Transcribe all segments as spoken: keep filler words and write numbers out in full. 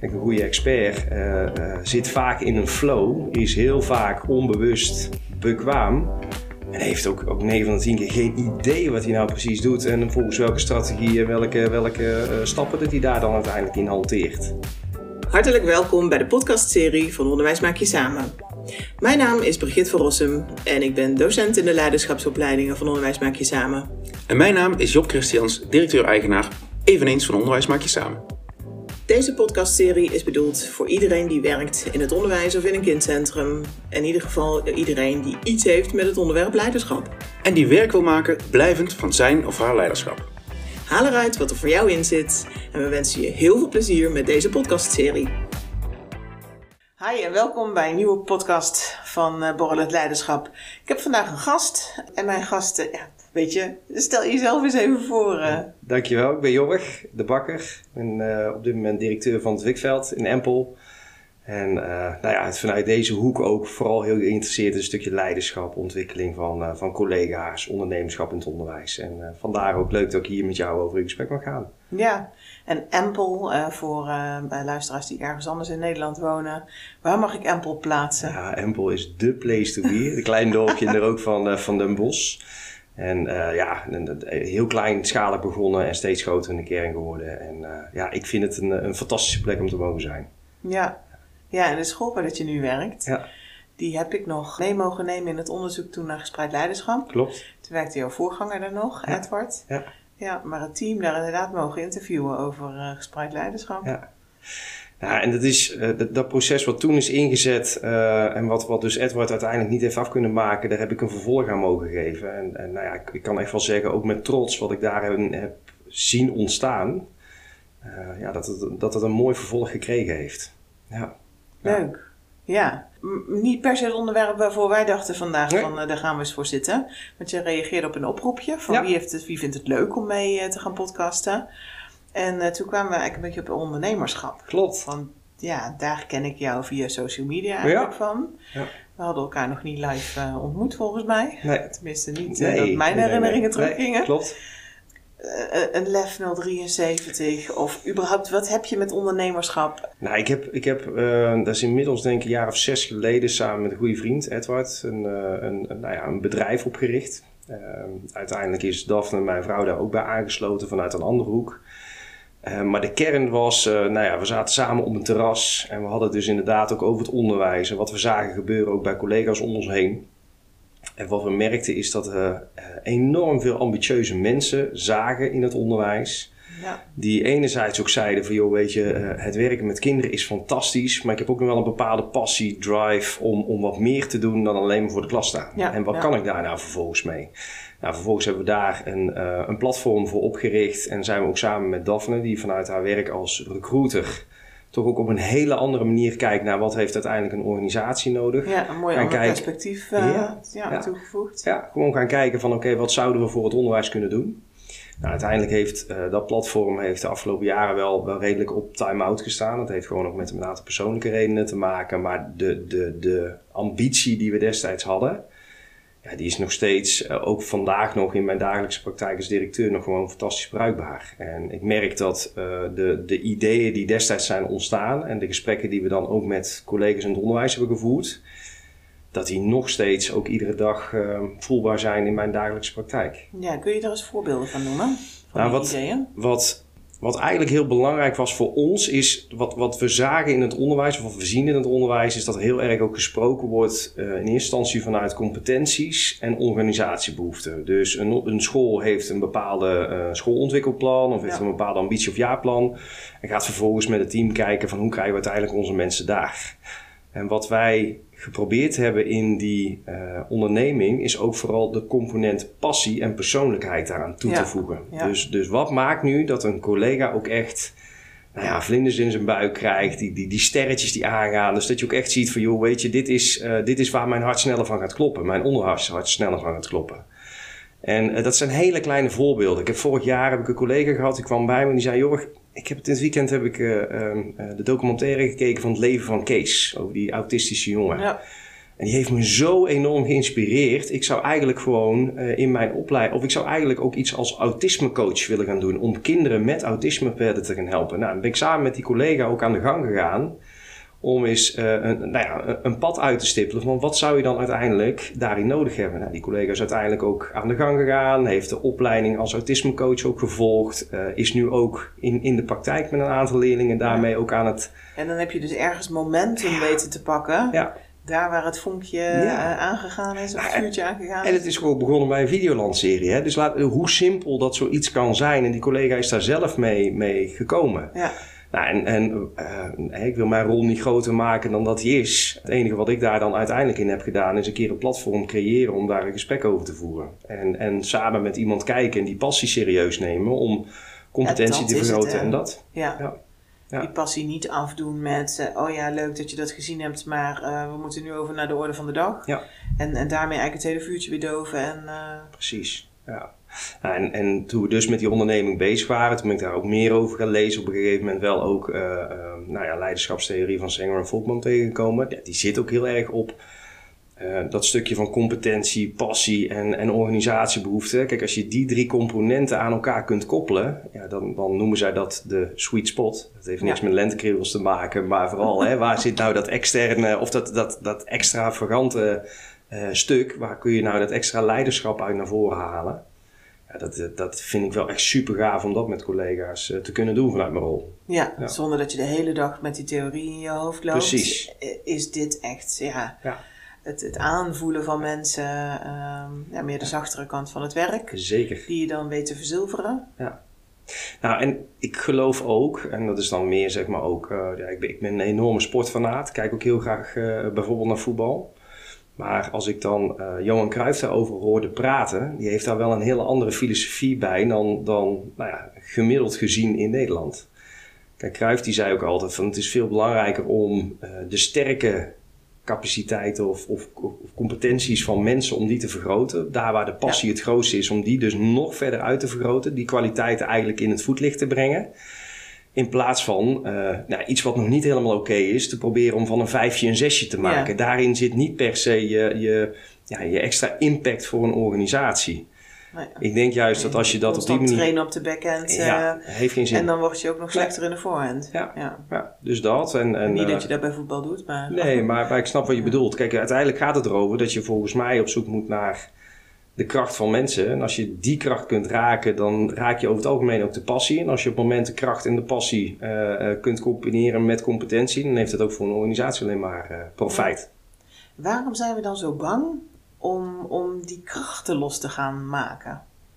Kijk, een goede expert uh, uh, zit vaak in een flow, is heel vaak onbewust bekwaam en heeft ook, ook negen van de tien keer geen idee wat hij nou precies doet en volgens welke strategie en welke, welke uh, stappen dat hij daar dan uiteindelijk in hanteert. Hartelijk welkom bij de podcastserie van Onderwijs Maak Je Samen. Mijn naam is Brigitte van Rossum en ik ben docent in de leiderschapsopleidingen van Onderwijs Maak Je Samen. En mijn naam is Job Christians, directeur-eigenaar, eveneens van Onderwijs Maak Je Samen. Deze podcastserie is bedoeld voor iedereen die werkt in het onderwijs of in een kindcentrum. In ieder geval iedereen die iets heeft met het onderwerp leiderschap. En die werk wil maken blijvend van zijn of haar leiderschap. Haal eruit wat er voor jou in zit en we wensen je heel veel plezier met deze podcastserie. Hi en welkom bij een nieuwe podcast van uh, Borrel het Leiderschap. Ik heb vandaag een gast en mijn gast, uh, ja, weet je, stel jezelf eens even voor. Uh. Dankjewel, ik ben Jorg de Bakker. Ik ben uh, op dit moment directeur van het Wikveld in Empel. En uh, nou ja, vanuit deze hoek ook vooral heel geïnteresseerd in een stukje leiderschap, ontwikkeling van, uh, van collega's, ondernemerschap in het onderwijs. En uh, vandaar ook leuk dat ik hier met jou over in gesprek mag gaan. Ja, en Empel, uh, voor uh, luisteraars die ergens anders in Nederland wonen, waar mag ik Empel plaatsen? Ja, Empel is dé place to be. Een klein dorpje in de rook van, uh, van Den Bosch. En uh, ja, een, een, heel kleinschalig begonnen en steeds groter in de kern geworden. En uh, ja, ik vind het een, een fantastische plek om te mogen zijn. Ja. Ja, en de school waar dat je nu werkt, ja. die heb ik nog mee mogen nemen in het onderzoek toen naar gespreid leiderschap. Klopt. Toen werkte jouw voorganger daar nog, ja. Edward. Ja. Ja, maar het team daar inderdaad mogen interviewen over uh, gespreid leiderschap. Ja. Ja, en dat is uh, dat, dat proces wat toen is ingezet uh, en wat, wat dus Edward uiteindelijk niet heeft af kunnen maken, daar heb ik een vervolg aan mogen geven. En, en nou ja, ik, ik kan echt wel zeggen, ook met trots wat ik daar heb, heb zien ontstaan, uh, ja, dat, het, dat het een mooi vervolg gekregen heeft. Ja. Leuk. Ja. M- niet per se het onderwerp waarvoor wij dachten vandaag nee. van uh, daar gaan we eens voor zitten. Want je reageerde op een oproepje van ja. wie, heeft het, wie vindt het leuk om mee uh, te gaan podcasten. En uh, toen kwamen we eigenlijk een beetje op ondernemerschap. Klopt. Want ja, daar ken ik jou via social media eigenlijk ja. van. Ja. We hadden elkaar nog niet live uh, ontmoet volgens mij. Nee. Tenminste niet nee. uh, dat mijn nee, herinneringen nee, nee. teruggingen. Nee, klopt. Uh, een L E F nul drieënzeventig of überhaupt, wat heb je met ondernemerschap? Nou, ik heb, ik heb uh, dat is inmiddels denk ik een jaar of zes geleden samen met een goede vriend, Edward, een, uh, een, een, nou ja, een bedrijf opgericht. Uh, uiteindelijk is Daphne, mijn vrouw, daar ook bij aangesloten vanuit een andere hoek. Uh, maar de kern was, uh, nou ja, we zaten samen op een terras en we hadden het dus inderdaad ook over het onderwijs en wat we zagen gebeuren ook bij collega's om ons heen. En wat we merkten is dat we uh, enorm veel ambitieuze mensen zagen in het onderwijs. Ja. Die enerzijds ook zeiden van, joh, weet je, uh, het werken met kinderen is fantastisch. Maar ik heb ook nog wel een bepaalde passie, drive om, om wat meer te doen dan alleen maar voor de klas staan. Ja, en wat ja. kan ik daar nou vervolgens mee? Nou, vervolgens hebben we daar een, uh, een platform voor opgericht. En zijn we ook samen met Daphne, die vanuit haar werk als recruiter toch ook op een hele andere manier kijkt naar wat heeft uiteindelijk een organisatie nodig. Ja, een mooi ander perspectief uh, ja, ja, ja. toegevoegd. Ja, gewoon gaan kijken van oké, okay, wat zouden we voor het onderwijs kunnen doen? Nou, uiteindelijk heeft uh, dat platform heeft de afgelopen jaren wel, wel redelijk op time-out gestaan. Dat heeft gewoon ook met een aantal persoonlijke redenen te maken. Maar de, de, de ambitie die we destijds hadden, ja, die is nog steeds, uh, ook vandaag nog in mijn dagelijkse praktijk als directeur, nog gewoon fantastisch bruikbaar. En ik merk dat uh, de, de ideeën die destijds zijn ontstaan en de gesprekken die we dan ook met collega's in het onderwijs hebben gevoerd, dat die nog steeds ook iedere dag uh, voelbaar zijn in mijn dagelijkse praktijk. Ja, kun je daar eens voorbeelden van noemen? Van nou, die wat, ideeën? Wat, wat eigenlijk heel belangrijk was voor ons is, wat, wat we zagen in het onderwijs, of wat we zien in het onderwijs, is dat er heel erg ook gesproken wordt uh, in eerste instantie vanuit competenties en organisatiebehoeften. Dus een, een school heeft een bepaalde uh, schoolontwikkelplan of heeft ja. een bepaalde ambitie of jaarplan en gaat vervolgens met het team kijken van hoe krijgen we uiteindelijk onze mensen daar. En wat wij geprobeerd hebben in die uh, onderneming is ook vooral de component passie en persoonlijkheid daaraan toe ja. te voegen. Ja. Dus, dus wat maakt nu dat een collega ook echt nou ja, vlinders in zijn buik krijgt, die, die, die sterretjes die aangaan. Dus dat je ook echt ziet van joh, weet je, dit is, uh, dit is waar mijn hart sneller van gaat kloppen. Mijn onderhart sneller van gaat kloppen. En uh, dat zijn hele kleine voorbeelden. Ik heb vorig jaar heb ik een collega gehad, die kwam bij me en die zei, joh, ik heb het in het weekend heb ik uh, uh, de documentaire gekeken van het leven van Kees. Over die autistische jongen. Ja. En die heeft me zo enorm geïnspireerd. Ik zou eigenlijk gewoon uh, in mijn opleiding... of ik zou eigenlijk ook iets als autismecoach willen gaan doen... om kinderen met autisme verder te gaan helpen. Nou, dan ben ik samen met die collega ook aan de gang gegaan... om eens uh, een, nou ja, een pad uit te stippelen van wat zou je dan uiteindelijk daarin nodig hebben. Nou, die collega is uiteindelijk ook aan de gang gegaan, heeft de opleiding als autismecoach ook gevolgd, uh, is nu ook in, in de praktijk met een aantal leerlingen daarmee ja. ook aan het... En dan heb je dus ergens momentum ja. weten te pakken, ja. daar waar het vonkje ja. uh, aangegaan is, of het vuurtje aangegaan is. En het is gewoon begonnen bij een Videoland-serie. Hè? Dus laat, hoe simpel dat zoiets kan zijn en die collega is daar zelf mee, mee gekomen. Ja. Nou, en, en uh, ik wil mijn rol niet groter maken dan dat die is. Het enige wat ik daar dan uiteindelijk in heb gedaan... is een keer een platform creëren om daar een gesprek over te voeren. En, en samen met iemand kijken en die passie serieus nemen... om competentie te vergroten het, en dat. Ja. Ja. Ja. Die passie niet afdoen met... Uh, oh ja, leuk dat je dat gezien hebt... maar uh, we moeten nu over naar de orde van de dag. Ja. En, en daarmee eigenlijk het hele vuurtje weer doven. En, uh... Precies, ja. Nou, en, en toen we dus met die onderneming bezig waren, toen ben ik daar ook meer over gaan lezen. Op een gegeven moment wel ook uh, uh, nou ja, leiderschapstheorie van Sanger en Volkman tegengekomen. Ja, die zit ook heel erg op uh, dat stukje van competentie, passie en, en organisatiebehoeften. Kijk, als je die drie componenten aan elkaar kunt koppelen, ja, dan, dan noemen zij dat de sweet spot. Dat heeft niks ja. met lentekribbels te maken, maar vooral hè, waar zit nou dat externe of dat, dat, dat extravagante uh, stuk, waar kun je nou dat extra leiderschap uit naar voren halen? Ja, dat, dat vind ik wel echt super gaaf om dat met collega's uh, te kunnen doen vanuit mijn rol. Ja, ja, zonder dat je de hele dag met die theorie in je hoofd loopt. Precies. Is dit echt ja, ja. Het, het aanvoelen van mensen, um, ja, meer de zachtere kant van het werk. Zeker. Die je dan weet te verzilveren. Ja. Nou, en ik geloof ook, en dat is dan meer zeg maar ook, uh, ja, ik, ben, ik ben een enorme sportfanaat. Kijk ook heel graag uh, bijvoorbeeld naar voetbal. Maar als ik dan uh, Johan Cruijff daarover hoorde praten, die heeft daar wel een hele andere filosofie bij dan, dan nou ja, gemiddeld gezien in Nederland. Kijk, Cruijff die zei ook altijd van het is veel belangrijker om uh, de sterke capaciteiten of, of, of competenties van mensen om die te vergroten. Daar waar de passie ja. het grootste is, om die dus nog verder uit te vergroten. Die kwaliteiten eigenlijk in het voetlicht te brengen. In plaats van uh, nou, iets wat nog niet helemaal oké okay is, te proberen om van een vijfje een zesje te maken. Ja. Daarin zit niet per se je, je, ja, je extra impact voor een organisatie. Nou ja. Ik denk juist dat als je dat op die manier... trainen op de backhand. Ja, uh, heeft geen zin. En dan word je ook nog slechter ja. in de voorhand. Ja, ja. ja dus dat. En, en, niet uh, dat je dat bij voetbal doet, maar... Nee, maar, maar ik snap wat je bedoelt. Kijk, uiteindelijk gaat het erover dat je volgens mij op zoek moet naar de kracht van mensen. En als je die kracht kunt raken, dan raak je over het algemeen ook de passie. En als je op het moment de kracht en de passie uh, uh, kunt combineren met competentie, dan heeft dat ook voor een organisatie alleen maar uh, profijt. Waarom zijn we dan zo bang om, om die krachten los te gaan maken?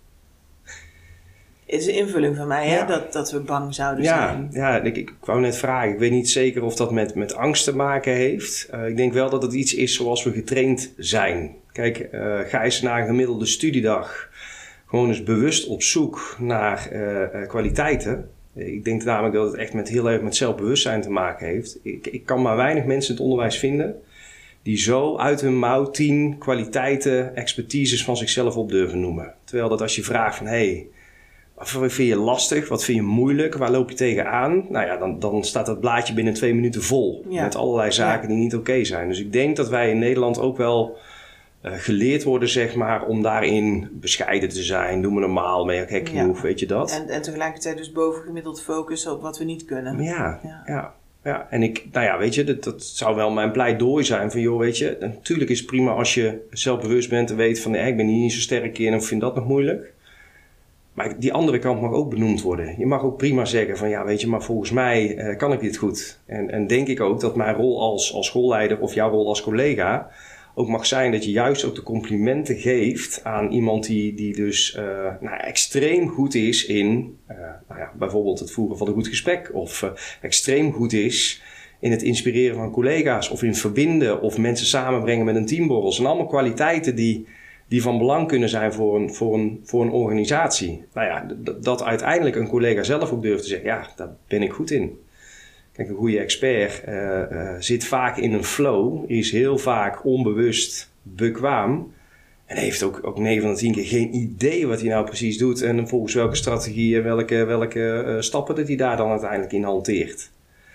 Het is een invulling van mij, hè? Ja. Dat, dat we bang zouden ja, zijn. Ja, ik, ik wou net vragen. Ik weet niet zeker of dat met, met angst te maken heeft. Uh, ik denk wel dat het iets is zoals we getraind zijn. Kijk, uh, ga eens naar een gemiddelde studiedag. Gewoon eens bewust op zoek naar uh, uh, kwaliteiten. Ik denk namelijk dat het echt met heel erg met zelfbewustzijn te maken heeft. Ik, ik kan maar weinig mensen in het onderwijs vinden die zo uit hun mouw tien kwaliteiten, expertises van zichzelf op durven noemen. Terwijl dat als je vraagt van, hey, wat vind je lastig? Wat vind je moeilijk? Waar loop je tegenaan? Nou ja, dan, dan staat dat blaadje binnen twee minuten vol. Ja. Met allerlei zaken ja. die niet oké okay zijn. Dus ik denk dat wij in Nederland ook wel uh, geleerd worden, zeg maar, om daarin bescheiden te zijn. Doe me normaal, ben je ook gek genoeg, ja. weet je dat? En, en tegelijkertijd dus bovengemiddeld focussen op wat we niet kunnen. Ja, ja. ja. Ja, en ik, nou ja, weet je, dat, dat zou wel mijn pleidooi zijn van, joh, weet je, natuurlijk is het prima als je zelfbewust bent en weet van, nee, ik ben hier niet zo sterk in of vind dat nog moeilijk. Maar die andere kant mag ook benoemd worden. Je mag ook prima zeggen van, ja, weet je, maar volgens mij uh, kan ik dit goed. En, en denk ik ook dat mijn rol als, als schoolleider of jouw rol als collega ook mag zijn dat je juist ook de complimenten geeft aan iemand die, die dus uh, nou, extreem goed is in uh, nou ja, bijvoorbeeld het voeren van een goed gesprek. Of uh, extreem goed is in het inspireren van collega's. Of in verbinden of mensen samenbrengen met een teamborrel. Dat zijn allemaal kwaliteiten die, die van belang kunnen zijn voor een, voor een, voor een organisatie. Nou ja, d- dat uiteindelijk een collega zelf ook durft te zeggen, ja, daar ben ik goed in. Kijk, een goede expert uh, uh, zit vaak in een flow, is heel vaak onbewust bekwaam en heeft ook, ook negen van de tien keer geen idee wat hij nou precies doet en volgens welke strategie en welke, welke uh, stappen dat hij daar dan uiteindelijk in hanteert.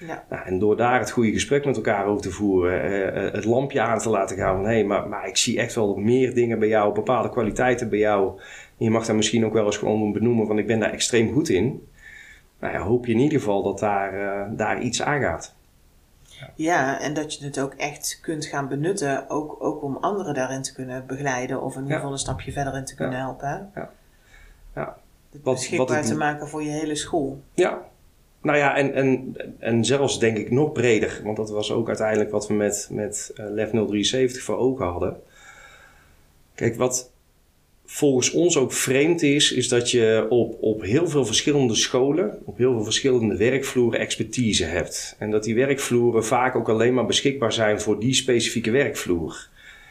Ja. Nou, en door daar het goede gesprek met elkaar over te voeren, uh, het lampje aan te laten gaan van hé, hey, maar, maar ik zie echt wel meer dingen bij jou, bepaalde kwaliteiten bij jou. En je mag daar misschien ook wel eens gewoon benoemen van ik ben daar extreem goed in. Nou ja, hoop je in ieder geval dat daar, uh, daar iets aangaat. Ja. ja, en dat je het ook echt kunt gaan benutten, ook, ook om anderen daarin te kunnen begeleiden of in ieder geval ja. een stapje verder in te kunnen ja. helpen. Hè? Ja. Ja. Het wat, beschikbaar wat het, te maken voor je hele school. Ja, nou ja, en, en, en zelfs denk ik nog breder, want dat was ook uiteindelijk wat we met, met uh, L E V nul drieënzeventig voor ogen hadden. Kijk, wat volgens ons ook vreemd is, is dat je op, op heel veel verschillende scholen, op heel veel verschillende werkvloeren expertise hebt. En dat die werkvloeren vaak ook alleen maar beschikbaar zijn voor die specifieke werkvloer.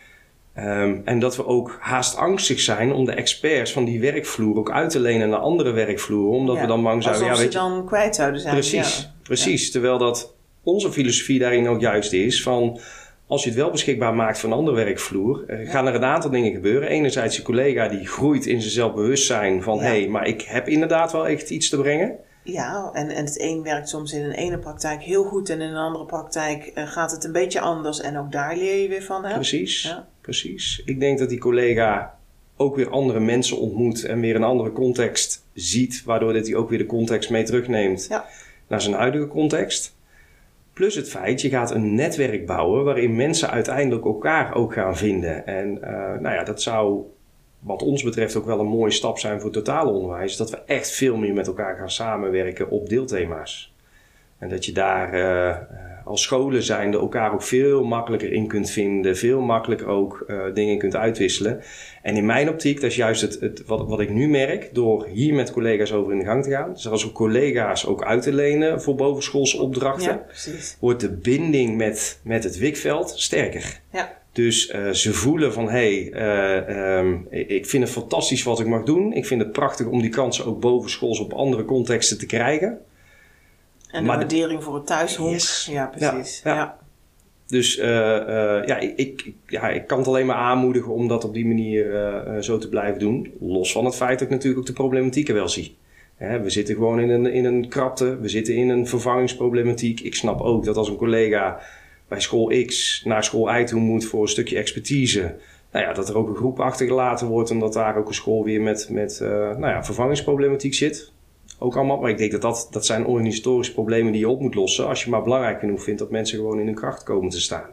Um, en dat we ook haast angstig zijn om de experts van die werkvloer ook uit te lenen naar andere werkvloeren. Omdat ja, we dan bang zouden... Alsof ja, ze weet je, dan kwijt zouden zijn. Precies, ja. precies. Ja. Terwijl dat onze filosofie daarin ook juist is van... Als je het wel beschikbaar maakt voor een andere werkvloer, ja. gaan er een aantal dingen gebeuren. Enerzijds je collega die groeit in zijn zelfbewustzijn van... Ja. hé, hey, maar ik heb inderdaad wel echt iets te brengen. Ja, en, en het een werkt soms in een ene praktijk heel goed en in een andere praktijk uh, gaat het een beetje anders. En ook daar leer je weer van. Hè? Precies, ja. precies. Ik denk dat die collega ook weer andere mensen ontmoet en weer een andere context ziet. Waardoor dat hij ook weer de context mee terugneemt ja. naar zijn huidige context. Plus het feit, je gaat een netwerk bouwen waarin mensen uiteindelijk elkaar ook gaan vinden. En uh, nou ja, dat zou wat ons betreft ook wel een mooie stap zijn voor het totale onderwijs. Dat we echt veel meer met elkaar gaan samenwerken op deelthema's. En dat je daar uh, als scholen zijnde elkaar ook veel makkelijker in kunt vinden. Veel makkelijker ook uh, dingen kunt uitwisselen. En in mijn optiek, dat is juist het, het, wat, wat ik nu merk, door hier met collega's over in de gang te gaan. Dus als ook collega's ook uit te lenen voor bovenschoolse opdrachten. Ja, precies. Wordt de binding met, met het Wikveld sterker. Ja. Dus uh, ze voelen van, hé, hey, uh, um, ik vind het fantastisch wat ik mag doen. Ik vind het prachtig om die kansen ook bovenschoolse op andere contexten te krijgen. En de maar waardering de... voor het thuishonk. Yes. Ja, precies. Ja, ja. Ja. Dus uh, uh, ja, ik, ik, ja, ik kan het alleen maar aanmoedigen om dat op die manier uh, uh, zo te blijven doen. Los van het feit dat ik natuurlijk ook de problematieken wel zie. Hè, we zitten gewoon in een, in een krapte, we zitten in een vervangingsproblematiek. Ik snap ook dat als een collega bij school X naar school Y toe moet voor een stukje expertise. Nou ja, dat er ook een groep achtergelaten wordt en dat daar ook een school weer met, met uh, nou ja, vervangingsproblematiek zit. Ook allemaal, maar ik denk dat, dat dat zijn organisatorische problemen die je op moet lossen als je maar belangrijk genoeg vindt dat mensen gewoon in hun kracht komen te staan.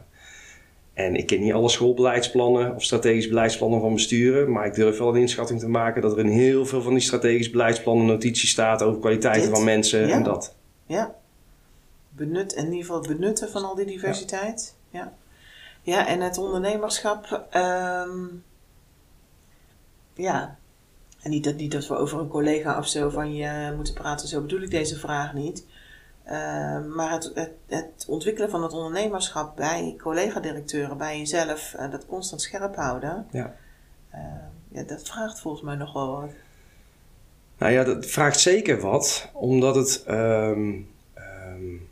En ik ken niet alle schoolbeleidsplannen of strategische beleidsplannen van besturen, maar ik durf wel een inschatting te maken dat er in heel veel van die strategische beleidsplannen notities staat over kwaliteiten Dit? van mensen ja. en dat. Ja, benut, in ieder geval het benutten van al die diversiteit. Ja, ja. Ja, en het ondernemerschap, um, ja... En niet dat, niet dat we over een collega of zo van je moeten praten, zo bedoel ik deze vraag niet. Uh, maar het, het, het ontwikkelen van het ondernemerschap bij collega-directeuren, bij jezelf, uh, dat constant scherp houden, ja. Uh, ja, dat vraagt volgens mij nog wel wat. Nou ja, dat vraagt zeker wat, omdat het, um, um,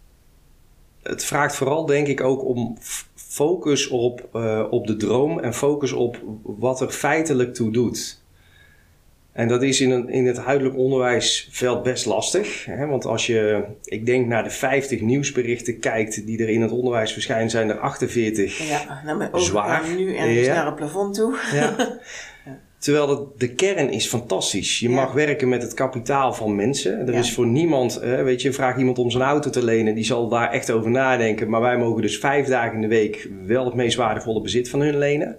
het vraagt vooral denk ik ook om focus op, uh, op de droom en focus op wat er feitelijk toe doet. En dat is in, een, in het huidelijk onderwijsveld best lastig. Hè? Want als je, ik denk, naar de vijftig nieuwsberichten kijkt die er in het onderwijs verschijnen, zijn er achtenveertig ja, nou met zwaar. Nu ergens ja. naar het plafond toe. Ja. Ja. Terwijl dat, de kern is fantastisch. Je ja. mag werken met het kapitaal van mensen. Er ja. is voor niemand, eh, weet je, vraag iemand om zijn auto te lenen, die zal daar echt over nadenken. Maar wij mogen dus vijf dagen in de week wel het meest waardevolle bezit van hun lenen.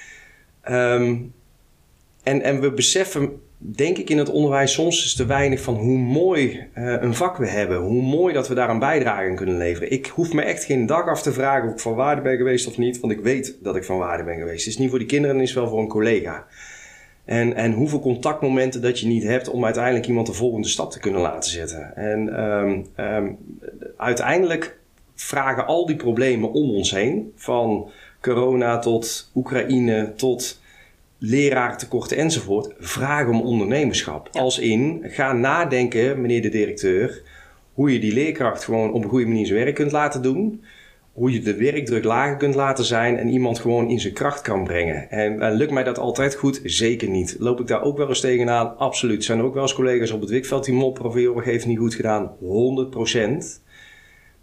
Um, en, en we beseffen, denk ik, in het onderwijs soms is te weinig van hoe mooi uh, een vak we hebben. Hoe mooi dat we daar een bijdrage aan kunnen leveren. Ik hoef me echt geen dag af te vragen of ik van waarde ben geweest of niet. Want ik weet dat ik van waarde ben geweest. Het is niet voor die kinderen, het is wel voor een collega. En, en hoeveel contactmomenten dat je niet hebt om uiteindelijk iemand de volgende stap te kunnen laten zetten. En um, um, uiteindelijk vragen al die problemen om ons heen. Van corona tot Oekraïne tot lerarentekorten enzovoort, vragen om ondernemerschap. Ja. Als in, ga nadenken, meneer de directeur, hoe je die leerkracht gewoon op een goede manier zijn werk kunt laten doen. Hoe je de werkdruk lager kunt laten zijn en iemand gewoon in zijn kracht kan brengen. En, en lukt mij dat altijd goed? Zeker niet. Loop ik daar ook wel eens tegenaan? Absoluut. Zijn er ook wel eens collega's op het Wikveld die mopperen van, joh, heeft niet goed gedaan? honderd procent.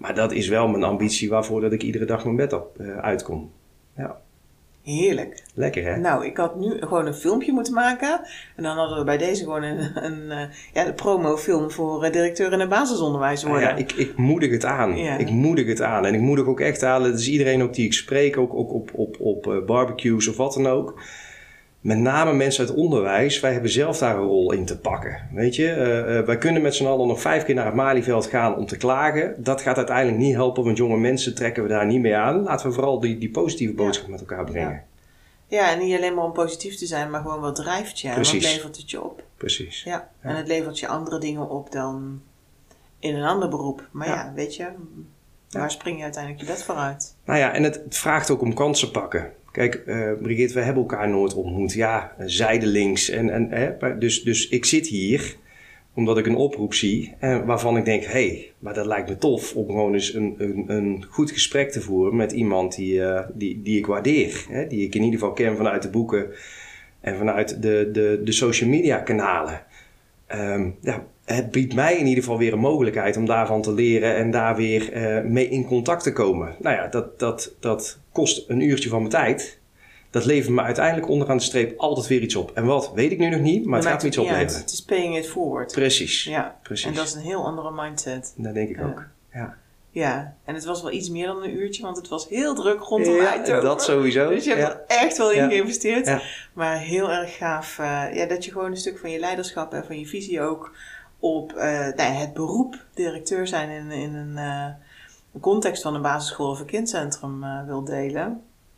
Maar dat is wel mijn ambitie waarvoor dat ik iedere dag mijn bed op uh, uitkom. Ja. Heerlijk. Lekker, hè? Nou, ik had nu gewoon een filmpje moeten maken. En dan hadden we bij deze gewoon een, een uh, ja, de promofilm voor uh, directeur in het basisonderwijs worden. Ah, ja, ik, ik moedig het aan. Ja. Ik moedig het aan. En ik moedig ook echt aan. Dat is iedereen ook die ik spreek, ook, ook op, op, op uh, barbecues of wat dan ook. Met name mensen uit onderwijs, wij hebben zelf daar een rol in te pakken. Weet je, uh, uh, wij kunnen met z'n allen nog vijf keer naar het Malieveld gaan om te klagen. Dat gaat uiteindelijk niet helpen, want jonge mensen trekken we daar niet mee aan. Laten we vooral die, die positieve boodschap ja. met elkaar brengen. Ja. ja, en niet alleen maar om positief te zijn, maar gewoon wat drijft je. Precies. Wat levert het je op? Precies. Ja. ja, en het levert je andere dingen op dan in een ander beroep. Maar ja, ja weet je, waar ja. spring je uiteindelijk je bed vooruit? Nou ja, en het, het vraagt ook om kansen pakken. Kijk, uh, Brigitte, we hebben elkaar nooit ontmoet. Ja, zijdelings. En, en, hè, dus, dus ik zit hier omdat ik een oproep zie en waarvan ik denk, hé, hey, maar dat lijkt me tof om gewoon eens een, een, een goed gesprek te voeren met iemand die, uh, die, die ik waardeer. Hè, die ik in ieder geval ken vanuit de boeken en vanuit de, de, de social media kanalen. Um, ja, het biedt mij in ieder geval weer een mogelijkheid om daarvan te leren en daar weer uh, mee in contact te komen. Nou ja, dat, dat, dat kost een uurtje van mijn tijd. Dat levert me uiteindelijk onderaan de streep altijd weer iets op. En wat, weet ik nu nog niet, maar het gaat me iets opleveren. Het is paying it forward. Precies. Ja, precies. En dat is een heel andere mindset. Dat denk ik uh, ook, ja. Ja, en het was wel iets meer dan een uurtje, want het was heel druk rondom ja, Eindhoven. Dat sowieso. Dus je hebt ja. er echt wel in ja. geïnvesteerd. Ja. Maar heel erg gaaf uh, ja, dat je gewoon een stuk van je leiderschap en van je visie ook op uh, nou, het beroep directeur zijn in, in een, uh, een context van een basisschool of een kindcentrum uh, wil delen.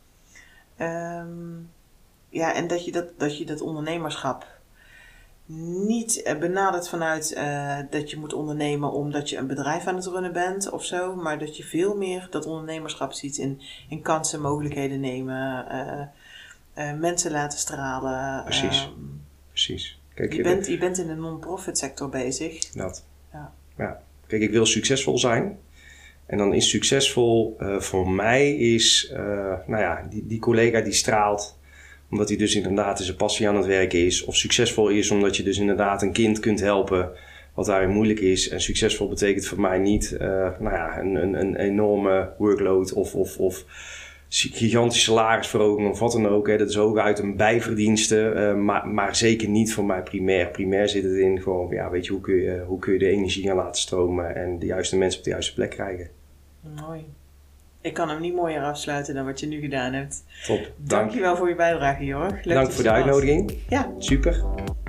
Um, ja, en dat je dat, dat je dat ondernemerschap niet uh, benadert vanuit uh, dat je moet ondernemen omdat je een bedrijf aan het runnen bent of zo, maar dat je veel meer dat ondernemerschap ziet in, in kansen, mogelijkheden nemen, uh, uh, mensen laten stralen. Precies, um, precies. Kijk, je, bent, je bent in de non-profit sector bezig. Dat. Ja. Ja. Kijk, ik wil succesvol zijn. En dan is succesvol uh, voor mij is, uh, nou ja, die, die collega die straalt. Omdat hij dus inderdaad in zijn passie aan het werken is. Of succesvol is omdat je dus inderdaad een kind kunt helpen wat daarin moeilijk is. En succesvol betekent voor mij niet uh, nou ja, een, een, een enorme workload of, of, of gigantische salarisverhoging of wat dan ook. Hè. Dat is hooguit een bijverdienste, uh, maar, maar zeker niet voor mij primair. Primair zit het in gewoon, ja, weet je, hoe kun je, hoe kun je de energie gaan laten stromen en de juiste mensen op de juiste plek krijgen. Mooi. Ik kan hem niet mooier afsluiten dan wat je nu gedaan hebt. Top. Dank. Dankjewel voor je bijdrage, Jorg. Leuk Dank voor de uitnodiging. Ja. Super.